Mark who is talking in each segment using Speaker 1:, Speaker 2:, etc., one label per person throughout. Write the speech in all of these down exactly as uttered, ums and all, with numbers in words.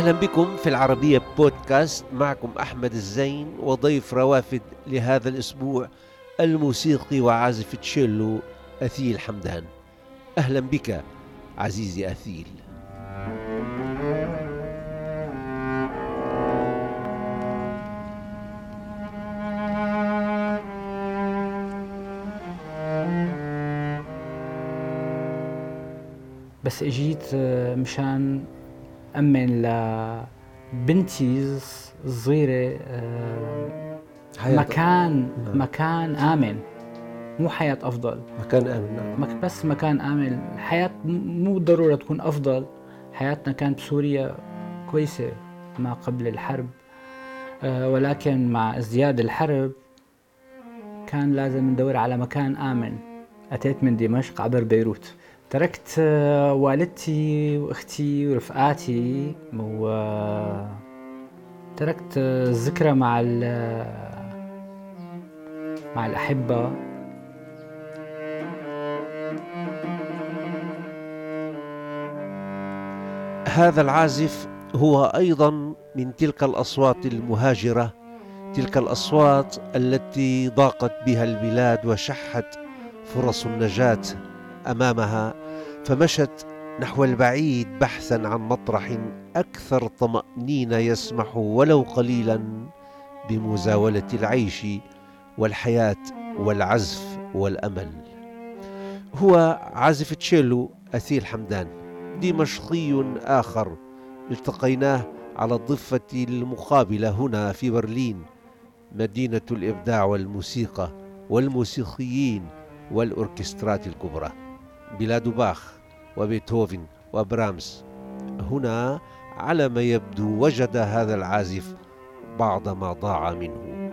Speaker 1: أهلا بكم في العربية بودكاست. معكم أحمد الزين وضيف روافد لهذا الأسبوع الموسيقي وعازف تشيلو أثيل حمدان. أهلا بك عزيزي أثيل.
Speaker 2: بس اجيت مشان أمن لبنتي الصغيرة مكان نعم. مكان آمن، مو حياة أفضل،
Speaker 1: مكان آمن نعم.
Speaker 2: بس مكان آمن. الحياة مو بالضرورة تكون أفضل. حياتنا كانت بسوريا كويسة ما قبل الحرب، ولكن مع ازدياد الحرب كان لازم ندور على مكان آمن. أتيت من دمشق عبر بيروت، تركت والدتي واختي ورفقاتي وتركت الذكرى مع مع الأحبة.
Speaker 1: هذا العازف هو أيضا من تلك الأصوات المهاجرة، تلك الأصوات التي ضاقت بها البلاد وشحت فرص النجاة أمامها، فمشت نحو البعيد بحثا عن مطرح أكثر طمأنينة يسمح ولو قليلا بمزاولة العيش والحياة والعزف والأمل. هو عازف تشيلو أثيل حمدان، دمشقي آخر التقيناه على الضفة المقابلة هنا في برلين، مدينة الإبداع والموسيقى والموسيقيين والأوركسترات الكبرى، بلاد باخ وبيتهوفن وبرامس. هنا على ما يبدو وجد هذا العازف بعض ما ضاع منه.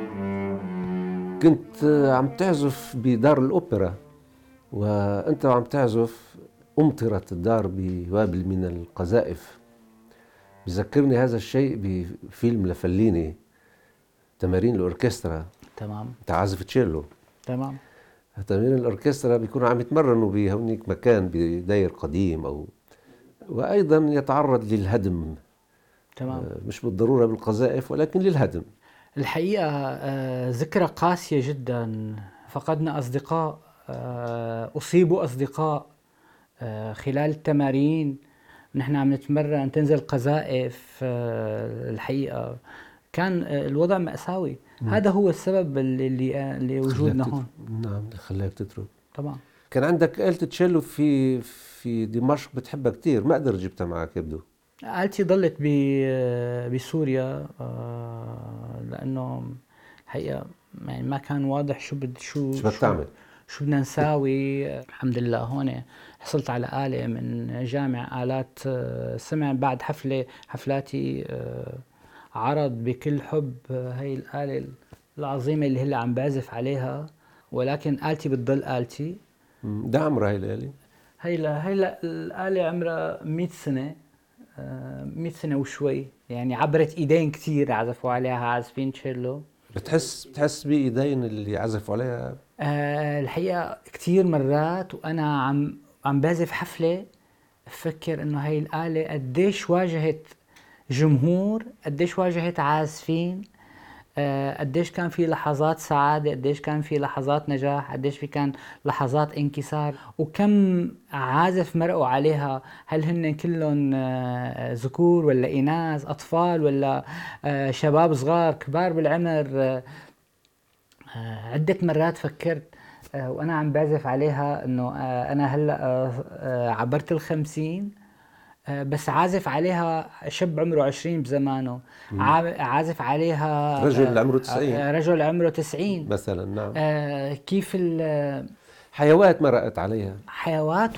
Speaker 1: كنت عم تعزف بدار الأوبرا، وأنت عم تعزف أمطرت الدار بوابل من القذائف. بذكرني هذا الشيء بفيلم لفليني تمارين الأوركسترا.
Speaker 2: تمام.
Speaker 1: أنت عازف تشيلو.
Speaker 2: تمام.
Speaker 1: تمارين الأوركسترا بيكونوا عم يتمرنوا بهونيك مكان بداير قديم، أو وأيضا يتعرض للهدم.
Speaker 2: تمام.
Speaker 1: مش بالضرورة بالقذائف ولكن للهدم.
Speaker 2: الحقيقة آه ذكرى قاسية جدا. فقدنا أصدقاء، آه أصيبوا أصدقاء آه خلال التمارين. نحن عم نتمرن تنزل قذائف. آه الحقيقة كان آه الوضع مأساوي. م. هذا هو السبب اللي اللي وجودنا هون.
Speaker 1: نعم، خلاك تترك.
Speaker 2: طبعا. كان
Speaker 1: عندك آلة تشيلو في في دمشق بتحبها كتير، ما قدر جبتها معك يبدو.
Speaker 2: آلتي ضلت بسوريا لأنه الحقيقة يعني ما كان واضح شو بد شو
Speaker 1: شو بتعمل،
Speaker 2: شو بدنا نساوي. الحمد لله هون حصلت على آلة من جامع آلات سمع. بعد حفلة حفلاتي عرض بكل حب هاي الآلة العظيمة اللي هلا عم بعزف عليها، ولكن آلتي بتضل آلتي.
Speaker 1: ده عمرها هاي الآلة؟
Speaker 2: هيلا هيلا الآلة عمرها مئة سنة، مئة سنة وشوي، يعني عبرت إيدين كتير عزفوا عليها عازفين تشيلو.
Speaker 1: بتحس بتحس بإيدين اللي عزفوا عليها؟
Speaker 2: أه الحقيقة كتير مرات وأنا عم عم بعزف حفلة أفكر إنه هاي الآلة قديش واجهت جمهور، قديش واجهت عازفين، أه قديش كان في لحظات سعادة، قديش كان في لحظات نجاح، قديش في كان لحظات انكسار، وكم عازف مرقوا عليها. هل هن كلهم أه ذكور ولا إناث، أطفال ولا أه شباب صغار كبار بالعمر. أه عدة مرات فكرت أه وأنا عم بعزف عليها إنه أه أنا هلأ أه عبرت الخمسين، بس عازف عليها شاب عمره عشرين بزمانه. مم. عازف عليها
Speaker 1: رجل عمره تسعين،
Speaker 2: رجل عمره تسعين
Speaker 1: مثلا. نعم.
Speaker 2: آه كيف
Speaker 1: حيوات مرقت عليها،
Speaker 2: حيوات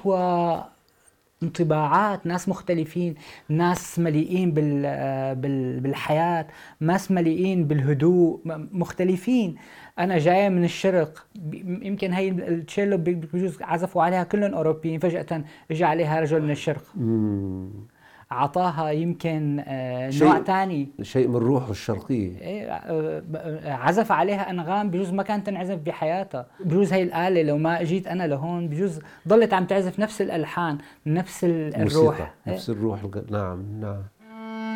Speaker 2: وانطباعات ناس مختلفين، ناس مليئين بال بالحياة، ناس مليئين بالهدوء، مختلفين. أنا جاية من الشرق، يمكن هاي التشيلو بجوز عزفوا عليها كلهم أوروبيين، فجأة إجا عليها رجل من الشرق. مم. عطاها يمكن آه نوع تاني،
Speaker 1: شيء من روحه الشرقية.
Speaker 2: آه عزف عليها أنغام بجوز ما كانت تنعزف بحياتها. بجوز هاي الآلة لو ما أجيت أنا لهون بجوز ضلت عم تعزف نفس الألحان، نفس الروح،
Speaker 1: نفس الروح. نعم نعم.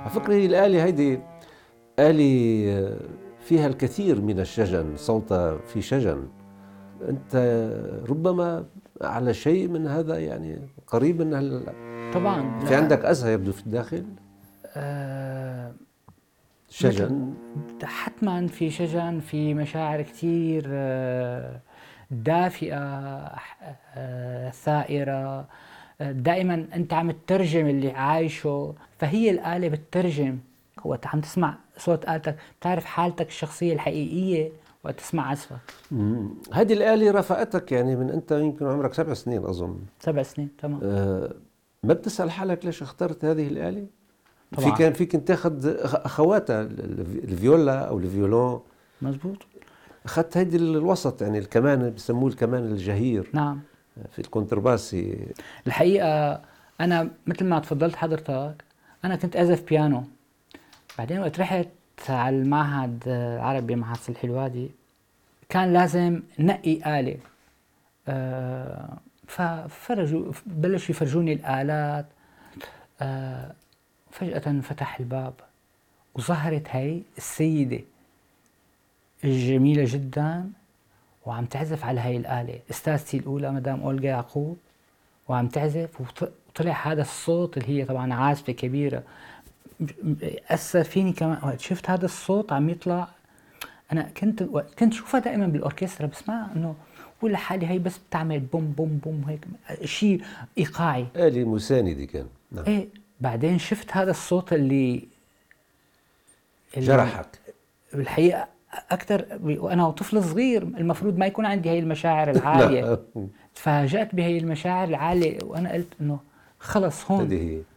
Speaker 1: على فكرة هي الآلة هيدي آلة فيها الكثير من الشجن، صوتها في شجن. أنت ربما على شيء من هذا يعني قريب من هال...
Speaker 2: طبعا
Speaker 1: في عندك أزهى يبدو في الداخل
Speaker 2: آه
Speaker 1: شجن.
Speaker 2: حتما في شجن، في مشاعر كثير آه دافئة آه ثائرة. دائما أنت عم تترجم اللي عايشه، فهي الآلة بتترجم. هو عم تسمع صوت آلتك، بتعرف حالتك الشخصية الحقيقية وقت تسمع عزفها.
Speaker 1: هذه الآلة رافقتك يعني من أنت يمكن عمرك سبع سنين أظن.
Speaker 2: سبع سنين تمام.
Speaker 1: أه ما بتسأل حالك ليش اخترت هذه الآلة؟
Speaker 2: طبعا.
Speaker 1: في كان فيك تاخذ أخواتها الفيولا أو الفيولون.
Speaker 2: مزبوط.
Speaker 1: أخذت هيدي الوسط يعني الكمان، بسموه الكمان الجهير.
Speaker 2: نعم.
Speaker 1: في الكونترباسي.
Speaker 2: الحقيقة أنا مثل ما تفضلت حضرتك، أنا كنت أعزف بيانو. بعدين وقت رحت على المعهد العربي معهد صلح الوادي كان لازم نقي آلة. أه ففرجوا بلشوا يفرجوني الآلات. أه فجأة فتح الباب وظهرت هي السيدة الجميلة جدا وعم تعزف على هاي الآلة، أستاذتي الأولى مدام أولغا يعقوب، وعم تعزف وطلع هذا الصوت اللي هي طبعا عازفة كبيرة. أثر فيني كمان وقت شفت هذا الصوت عم يطلع. أنا كنت كنت شوفها دائما بالأوركسترا، بس ما إنه ولا حالي هي بس بتعمل بوم بوم بوم هيك شيء إيقاعي،
Speaker 1: آلة مساندة كان.
Speaker 2: نعم. إيه بعدين شفت هذا الصوت اللي,
Speaker 1: اللي جرحك
Speaker 2: الحقيقة أكثر، وأنا طفل صغير المفروض ما يكون عندي هاي المشاعر العالية. تفاجأت بهي المشاعر العالية وأنا قلت إنه خلص هون
Speaker 1: هذه هي.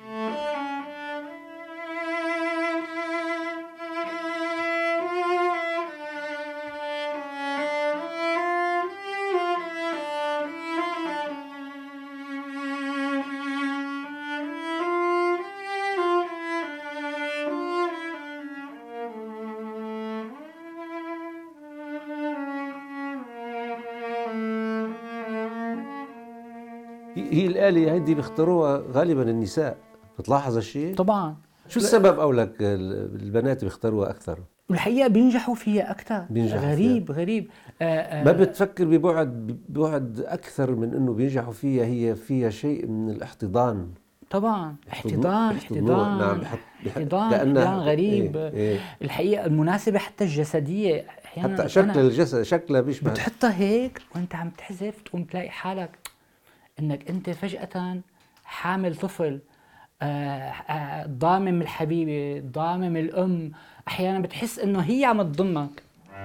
Speaker 1: هي الآلة هذه بيختاروها غالبا النساء، بتلاحظ هالشيء؟
Speaker 2: طبعا.
Speaker 1: شو السبب أولك البنات بيختاروها أكثر؟
Speaker 2: الحقيقة بينجحوا فيها أكثر.
Speaker 1: بينجحوا
Speaker 2: غريب
Speaker 1: فيها.
Speaker 2: غريب آآ آآ
Speaker 1: ما بتفكر ببعد ببعد أكثر من إنه بينجحوا فيها، هي فيها شيء من الاحتضان.
Speaker 2: طبعا احتضان احتضان
Speaker 1: نعم بحط
Speaker 2: احتضان احتضان غريب. إيه إيه. الحقيقة المناسبة حتى الجسدية أحيانا
Speaker 1: حتى شكل الجسد شكلها بيشبه،
Speaker 2: بتحطها هيك وأنت عم تحذف تقوم تلاقي حالك إنك أنت فجأة حامل طفل، ضامم الحبيبة، ضامم الأم. أحيانا بتحس إنه هي عم تضمك.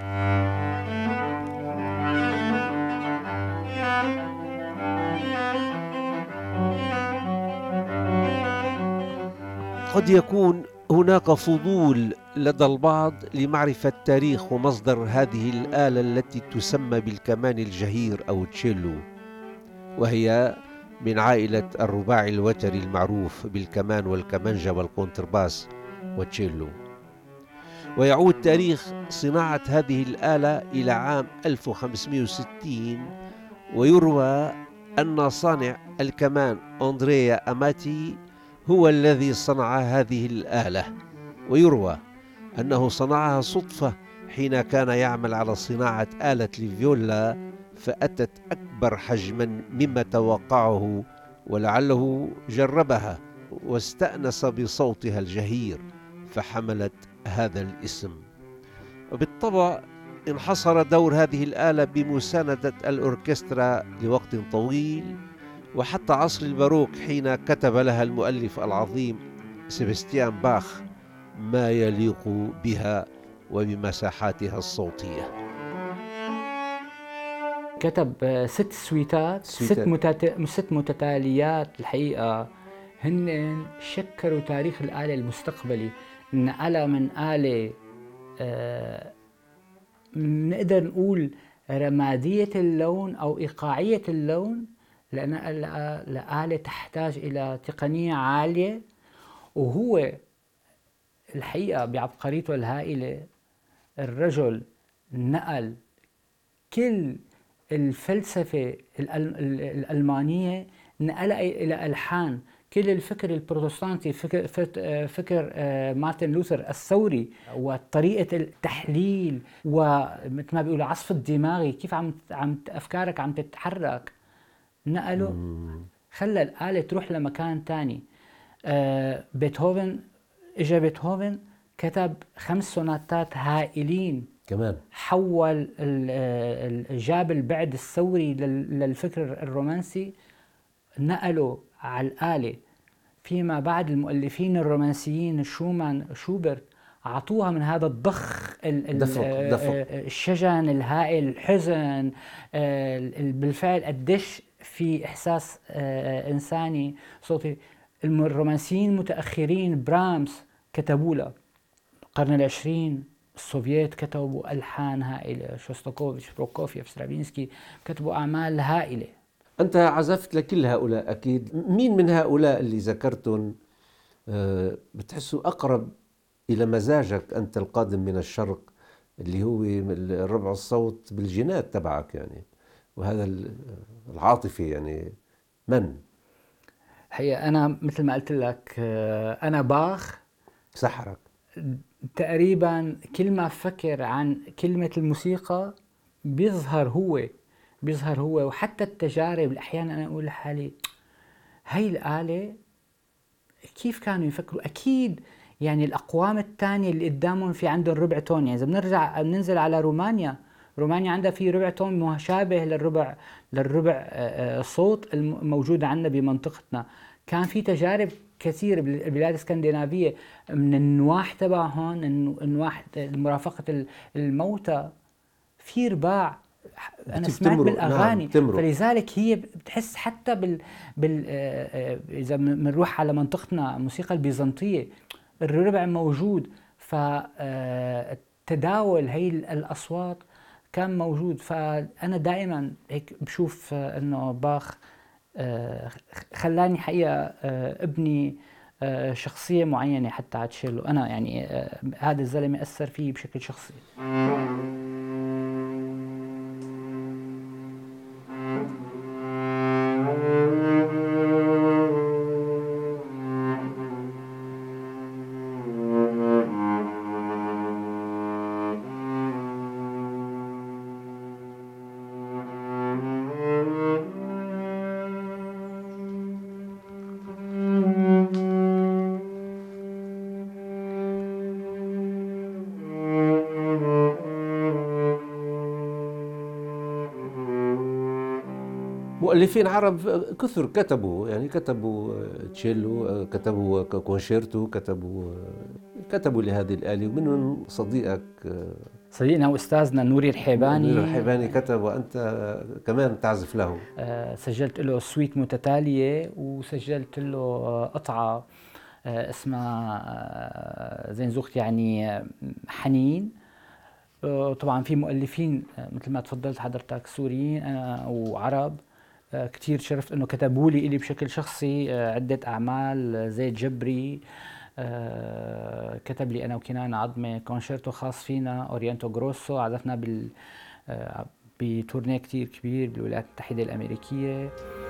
Speaker 1: قد يكون هناك فضول لدى البعض لمعرفة تاريخ ومصدر هذه الآلة التي تسمى بالكمان الجهير أو تشيلو، وهي من عائلة الرباعي الوتري المعروف بالكمان والكمانجة والكونترباس والتشيلو. ويعود تاريخ صناعة هذه الآلة إلى عام ألف وخمسمئة وستين، ويروى أن صانع الكمان أندريا أماتي هو الذي صنع هذه الآلة، ويروى أنه صنعها صدفة حين كان يعمل على صناعة آلة الفيولا، فأتت أكبر حجما مما توقعه، ولعله جربها واستأنس بصوتها الجهير فحملت هذا الاسم. وبالطبع انحصر دور هذه الآلة بمساندة الأوركسترا لوقت طويل، وحتى عصر الباروك حين كتب لها المؤلف العظيم سيباستيان باخ ما يليق بها وبمساحاتها الصوتية.
Speaker 2: كتب ست سويتات, ست, متت... ست متتاليات. الحقيقة هن شكلوا تاريخ الآلة المستقبلي، نقلها من آلة آه نقدر نقول رمادية اللون أو إيقاعية اللون لآلة تحتاج إلى تقنية عالية. وهو الحقيقة بعبقريته الهائلة الرجل نقل كل الفلسفة الألمانية، نقلها إلى ألحان. كل الفكر البروتستانتي، فكر, فكر مارتن لوثر الثوري، وطريقة التحليل ومثل ما بيقولوا عصف الدماغي، كيف عم عم أفكارك عم تتحرك، نقلوا خلى الآلة تروح لمكان تاني. آه بيتهوفن، إجا بيتهوفن كتب خمس سوناتات هائلين
Speaker 1: كمان،
Speaker 2: حول جاب البعد الثوري للفكر الرومانسي، نقلوا على الآلة. فيما بعد المؤلفين الرومانسيين شومان شوبرت عطوها من هذا الضخ
Speaker 1: دفق دفق.
Speaker 2: الشجن الهائل، الحزن، بالفعل قديش في إحساس إنساني صوتي. الرومانسيين المتأخرين برامس كتبوا له، القرن العشرين السوفييت كتبوا ألحان هائلة، شوستاكوفيتش، بروكوفيف، سترافينسكي كتبوا أعمال هائلة.
Speaker 1: أنت عزفت لكل هؤلاء أكيد، مين من هؤلاء اللي ذكرتهم بتحسوا أقرب إلى مزاجك أنت القادم من الشرق، اللي هو الربع الصوت بالجينات تبعك يعني، وهذا العاطفي يعني؟ من؟
Speaker 2: حقيقة أنا مثل ما قلت لك، أنا باخ
Speaker 1: سحرك
Speaker 2: تقريبا. كل ما أفكر عن كلمة الموسيقى بيظهر هو بيظهر هو وحتى التجارب. أحيانا أنا أقول لحالي هاي الآلة كيف كانوا يفكروا؟ أكيد يعني الأقوام الثانية اللي قدامهم في عندهم ربع تون. يعني إذا بنرجع بننزل على رومانيا، رومانيا عندها في ربع تون مشابه للربع للربع صوت الموجودة عندنا بمنطقتنا. كان في تجارب كثير بالبلاد الاسكندنافية من النواح تبعهم، النواح مرافقة الموتى، في رباع أنا سمعت بالأغاني. نعم، فلذلك هي بتحس حتى بال, بال إذا بنروح على منطقتنا الموسيقى البيزنطية الربع موجود، فتداول هي الأصوات كان موجود. فأنا دائما هيك بشوف إنه باخ خلاني حقيقة ابني شخصية معينة حتى على تشيلو. أنا يعني هذا الزلمة أثر فيه بشكل شخصي.
Speaker 1: مؤلفين عرب كثر كتبوا، يعني كتبوا تشيلو، كتبوا كونشيرتو، كتبوا كتبوا لهذه الآلة، ومنهم صديقك
Speaker 2: صديقنا وأستاذنا نوري الحيباني.
Speaker 1: نوري الحيباني كتب، وأنت كمان تعزف له.
Speaker 2: أه سجلت له سويت متتالية، وسجلت له قطعة أه اسمها زين زوخت يعني حنين. أه طبعا في مؤلفين مثل ما تفضلت حضرتك سوريين أنا وعرب كتير شرفت انه كتبوا لي إلي بشكل شخصي عدة اعمال. زيد جبري كتب لي انا وكنان عظمة كونشيرتو خاص فينا، اورينتو جروسو، عزفنا بال بتورنيه كتير كبير بالولايات المتحدة الامريكية.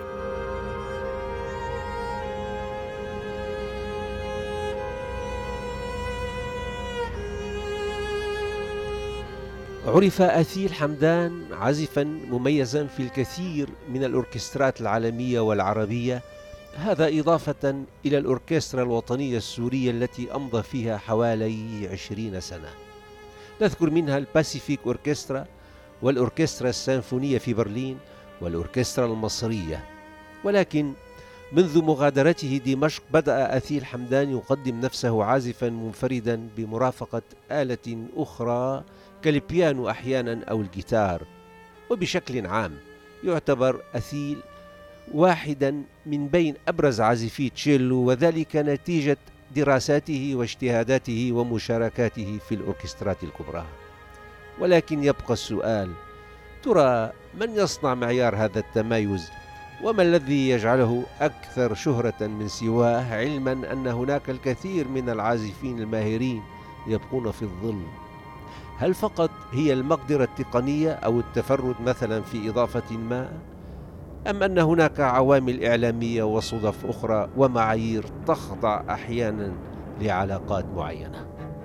Speaker 1: عرف أثيل حمدان عازفا مميزا في الكثير من الأوركسترات العالمية والعربية، هذا إضافة إلى الأوركسترا الوطنية السورية التي أمضى فيها حوالي عشرين سنة، نذكر منها الباسيفيك أوركسترا، والأوركسترا السيمفونية في برلين، والأوركسترا المصرية. ولكن منذ مغادرته دمشق بدأ أثيل حمدان يقدم نفسه عازفا منفردا بمرافقة آلة أخرى كالبيانو أحيانا أو الجيتار. وبشكل عام يعتبر أثيل واحدا من بين أبرز عازفي تشيلو، وذلك نتيجة دراساته واجتهاداته ومشاركاته في الأوركسترات الكبرى. ولكن يبقى السؤال، ترى من يصنع معيار هذا التمايز؟ وما الذي يجعله أكثر شهرة من سواه، علما أن هناك الكثير من العازفين الماهرين يبقون في الظل؟ هل فقط هي المقدرة التقنية أو التفرد مثلا في إضافة ما؟ أم أن هناك عوامل إعلامية وصدف أخرى ومعايير تخضع أحيانا لعلاقات معينة؟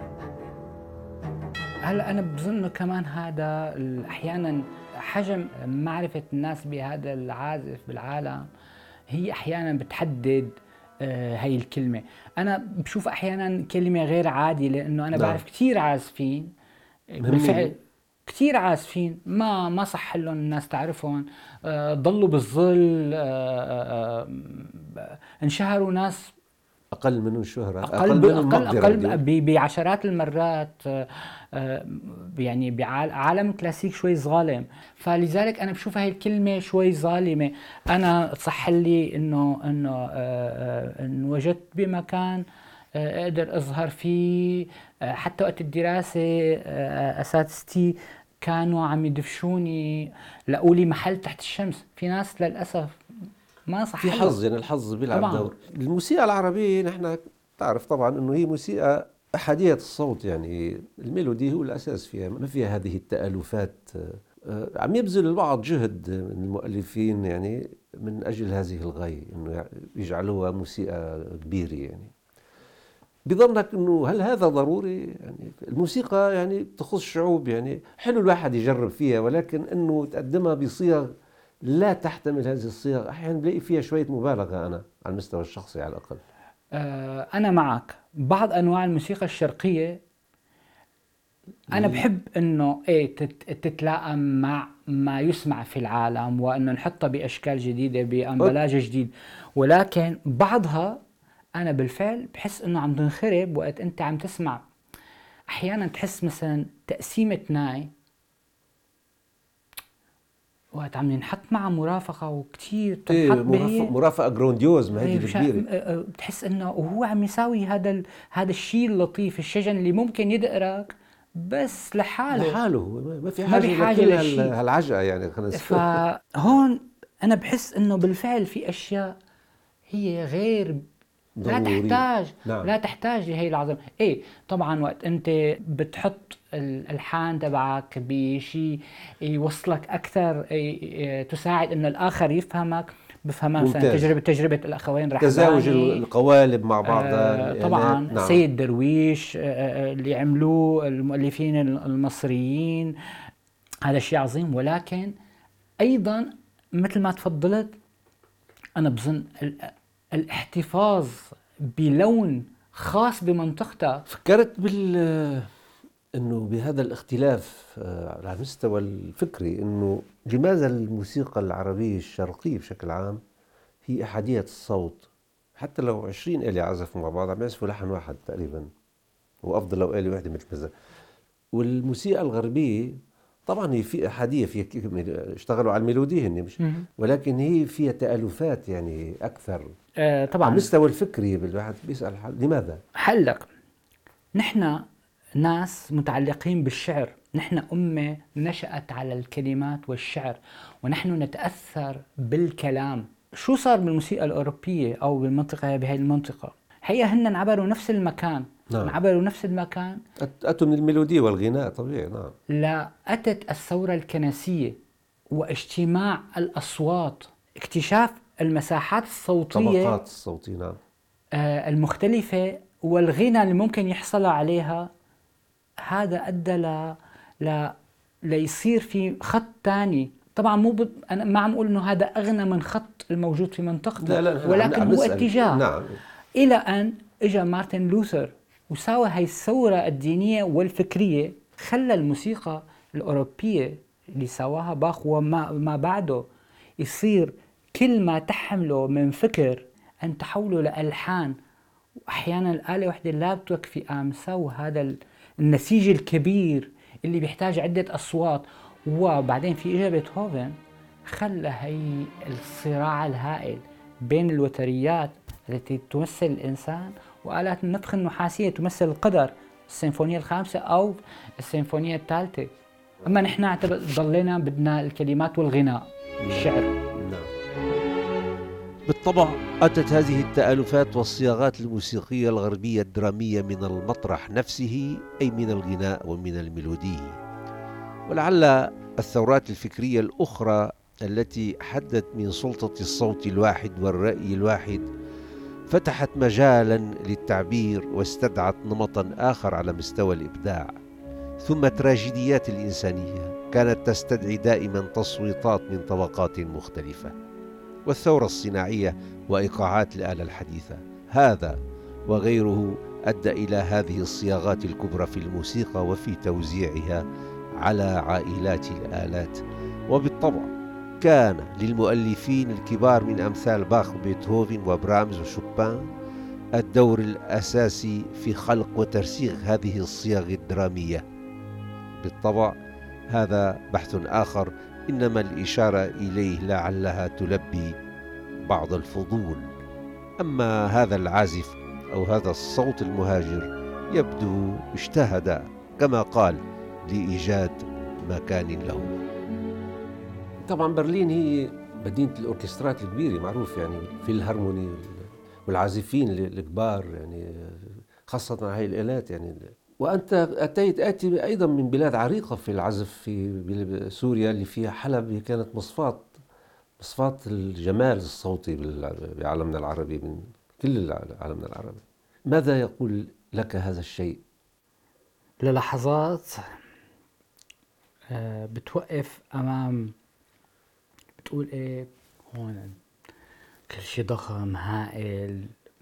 Speaker 2: هلا أنا بظن كمان هذا أحيانا حجم معرفة الناس بهذا العازف بالعالم هي أحيانا بتحدد آه هي الكلمة. أنا بشوف أحيانا كلمة غير عادي، لأنه أنا
Speaker 1: نعم.
Speaker 2: بعرف كثير عازفين بالفعل، كثير عازفين ما ما صح لهم الناس تعرفهم، آه ضلوا بالظل، آه آه انشهروا ناس
Speaker 1: أقل من الشهرة،
Speaker 2: أقل
Speaker 1: أقل من
Speaker 2: أقل,
Speaker 1: المقدرة،
Speaker 2: أقل بعشرات المرات، يعني بعالم كلاسيك شوي ظالم. فلذلك أنا بشوف هاي الكلمة شوي ظالمة. أنا صح لي إنه إنه إن وجدت بمكان أقدر أظهر فيه، حتى وقت الدراسة أساتذتي كانوا عم يدفشوني لقولي محل تحت الشمس. في ناس للأسف ما صح
Speaker 1: في حظ، يعني الحظ بيلعب
Speaker 2: طبعاً.
Speaker 1: دور. الموسيقى العربية نحن تعرف طبعا انه هي موسيقى أحادية الصوت، يعني الميلودي هو الأساس فيها، ما فيها هذه التآلفات. عم يبذل البعض جهد من المؤلفين يعني من أجل هذه الغاية، انه يجعلوها موسيقى كبيرة. يعني بظنك انه هل هذا ضروري؟ يعني الموسيقى يعني تخص شعوب، يعني حلو الواحد يجرب فيها، ولكن انه تقدمها بصيغ لا تحتمل هذه الصيغ أحيانا بلاقي فيها شوية مبالغة، أنا على المستوى الشخصي على الأقل.
Speaker 2: آه أنا معك. بعض أنواع الموسيقى الشرقية أنا بحب إنه إيه تتلائم مع ما يسمع في العالم، وإنه نحطها بأشكال جديدة بأمبلاج جديد، ولكن بعضها أنا بالفعل بحس إنه عم تنخرب وقت أنت عم تسمع. أحيانا تحس مثلا تقسيمة ناي وقت عم ينحط معها مرافقة وكتير
Speaker 1: تنحط به مرافقة جرونديوز، ما هي كبيرة،
Speaker 2: بتحس انه وهو عم يساوي هذا ال... هذا الشيء اللطيف، الشجن اللي ممكن يدقرك بس لحاله
Speaker 1: لحاله، ما في حاجة, ما حاجة لكل هالعجقة يعني.
Speaker 2: فهون انا بحس انه بالفعل في اشياء هي غير لا تحتاج نعم. لا تحتاج لهي العظمة. ايه طبعا وقت انت بتحط الالحان تبعك بشيء يوصلك اكثر، إيه تساعد انه الاخر يفهمك، بفهمها مثلا تجربه تجربه الاخوين رحباني،
Speaker 1: تزاوج القوالب مع بعضها.
Speaker 2: آه طبعا نعم. سيد درويش آه اللي عملوه المؤلفين المصريين، هذا شيء عظيم. ولكن ايضا مثل ما تفضلت انا بظن الاحتفاظ بلون خاص بمنطقتها.
Speaker 1: فكرت بال انه بهذا الاختلاف على المستوى الفكري، انه لماذا الموسيقى العربية الشرقية بشكل عام هي أحادية الصوت، حتى لو عشرين آلة عزفوا مع بعض عم يعزفوا لحن واحد تقريبا، وأفضل لو آلة واحدة مثل كذا. والموسيقى الغربية طبعا هي في أحادية، في اشتغلوا على الميلودي هن مش، ولكن هي فيها تألفات يعني أكثر.
Speaker 2: آه طبعا
Speaker 1: على المستوى الفكري الواحد بيسأل حل لماذا؟
Speaker 2: حلق نحن ناس متعلقين بالشعر، نحن أمة نشأت على الكلمات والشعر، ونحن نتأثر بالكلام. شو صار بالموسيقى الأوروبية أو بالمنطقة بهاي المنطقة؟ هي هن عبروا نفس المكان، نعم. عبروا نفس المكان،
Speaker 1: أتوا من الميلودية والغناء طبيعي. نعم.
Speaker 2: لا أتت الثورة الكنسية واجتماع الأصوات، اكتشاف المساحات الصوتية،
Speaker 1: طبقات الصوتية نعم.
Speaker 2: آه المختلفة، والغنى اللي ممكن يحصل عليها. هذا أدى ل... ل... ليصير في خط تاني. طبعا مو ب... أنا ما عم أقول إنه هذا أغنى من خط الموجود في منطقته،
Speaker 1: لا لا
Speaker 2: ولكن
Speaker 1: عم
Speaker 2: هو اتجاه.
Speaker 1: نعم.
Speaker 2: إلى أن إجا مارتن لوثر وساوى هاي الثورة الدينية والفكرية، خلى الموسيقى الأوروبية اللي سواها باخ وما ما بعده يصير كل ما تحمله من فكر أن تحوله لألحان، وأحيانا الآلة وحدة لا بتكفي، قام سوى هذا النسيج الكبير اللي بيحتاج عدة أصوات. وبعدين في إجا بيتهوفن خلى هي الصراع الهائل بين الوتريات التي تمثل الإنسان وآلات النفخ النحاسية تمثل القدر، السيمفونية الخامسة أو السيمفونية الثالثة. أما نحن اعتبر ضلينا بدنا الكلمات والغناء الشعر.
Speaker 1: بالطبع أتت هذه التآلفات والصياغات الموسيقية الغربية الدرامية من المطرح نفسه، أي من الغناء ومن الميلودي. ولعل الثورات الفكرية الأخرى التي حدت من سلطة الصوت الواحد والرأي الواحد فتحت مجالا للتعبير واستدعت نمطا آخر على مستوى الإبداع. ثم التراجيديات الإنسانية كانت تستدعي دائما تصويتات من طبقات مختلفة، والثورة الصناعية وإيقاعات الآلة الحديثة. هذا وغيره أدى إلى هذه الصياغات الكبرى في الموسيقى وفي توزيعها على عائلات الآلات. وبالطبع كان للمؤلفين الكبار من أمثال باخ وبيتهوفن وبرامز وشوبان الدور الأساسي في خلق وترسيخ هذه الصيغ الدرامية. بالطبع هذا بحث آخر، إنما الإشارة إليه لعلها تلبي بعض الفضول. أما هذا العازف أو هذا الصوت المهاجر يبدو اجتهد كما قال لإيجاد مكان له. طبعا برلين هي مدينة الأوركسترات الكبيرة، معروف يعني في الهارموني والعازفين الكبار، يعني خاصة مع هاي الآلات. يعني وأنت أتيت آتي أيضا من بلاد عريقة في العزف، في سوريا اللي فيها حلب كانت مصفاة مصفاة الجمال الصوتي بعالمنا العربي، من كل عالمنا العربي. ماذا يقول لك هذا الشيء؟
Speaker 2: للحظات بتوقف أمام، بتقول إيه هون كل شيء ضخم هائل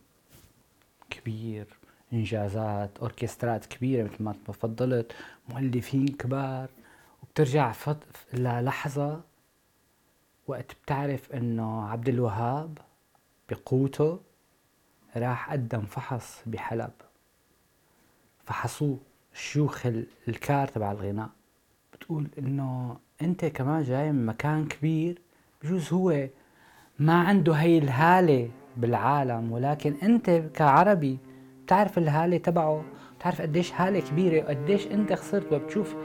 Speaker 2: كبير، إنجازات، أوركسترات كبيرة مثل ما تفضلت، مؤلفين كبار، وبترجع للحظة وقت بتعرف إنه عبد الوهاب بقوته راح قدم فحص بحلب، فحصوه شيوخ الكار تبع الغناء. بتقول إنه أنت كمان جاي من مكان كبير، بجوز هو ما عنده هاي الهالة بالعالم، ولكن أنت كعربي بتعرف الهالة تبعه، بتعرف قديش هالة كبيرة وقديش أنت خسرت. وبتشوف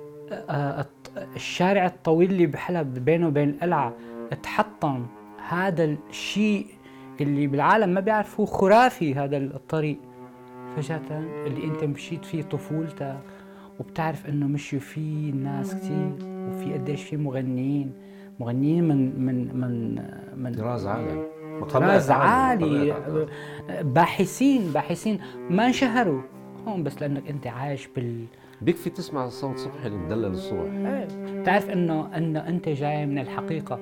Speaker 2: الشارع الطويل اللي بحلب بينه وبين القلعة اتحطم، هذا الشيء اللي بالعالم ما بيعرفوه، خرافي هذا الطريق. فجأة اللي أنت مشيت فيه طفولتك، وبتعرف إنه مشيوا فيه ناس كتير، وفي قديش في مغنيين مغنيين من من من من
Speaker 1: طراز عالي،
Speaker 2: طراز عالي، باحثين باحثين ما انشهروا هون بس لأنك أنت عايش بال
Speaker 1: بيكفي تسمع الصوت صبحي المدلل الصبح.
Speaker 2: ايه بتعرف إنه إنه أنت جاي من الحقيقة.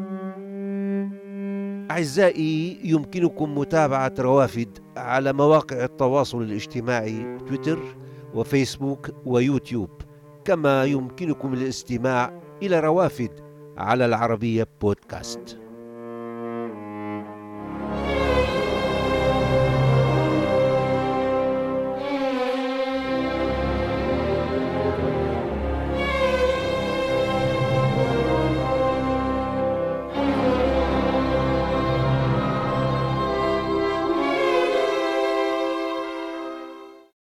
Speaker 1: أعزائي، يمكنكم متابعة روافد على مواقع التواصل الاجتماعي تويتر وفيسبوك ويوتيوب، كما يمكنكم الاستماع إلى روافد على العربية بودكاست.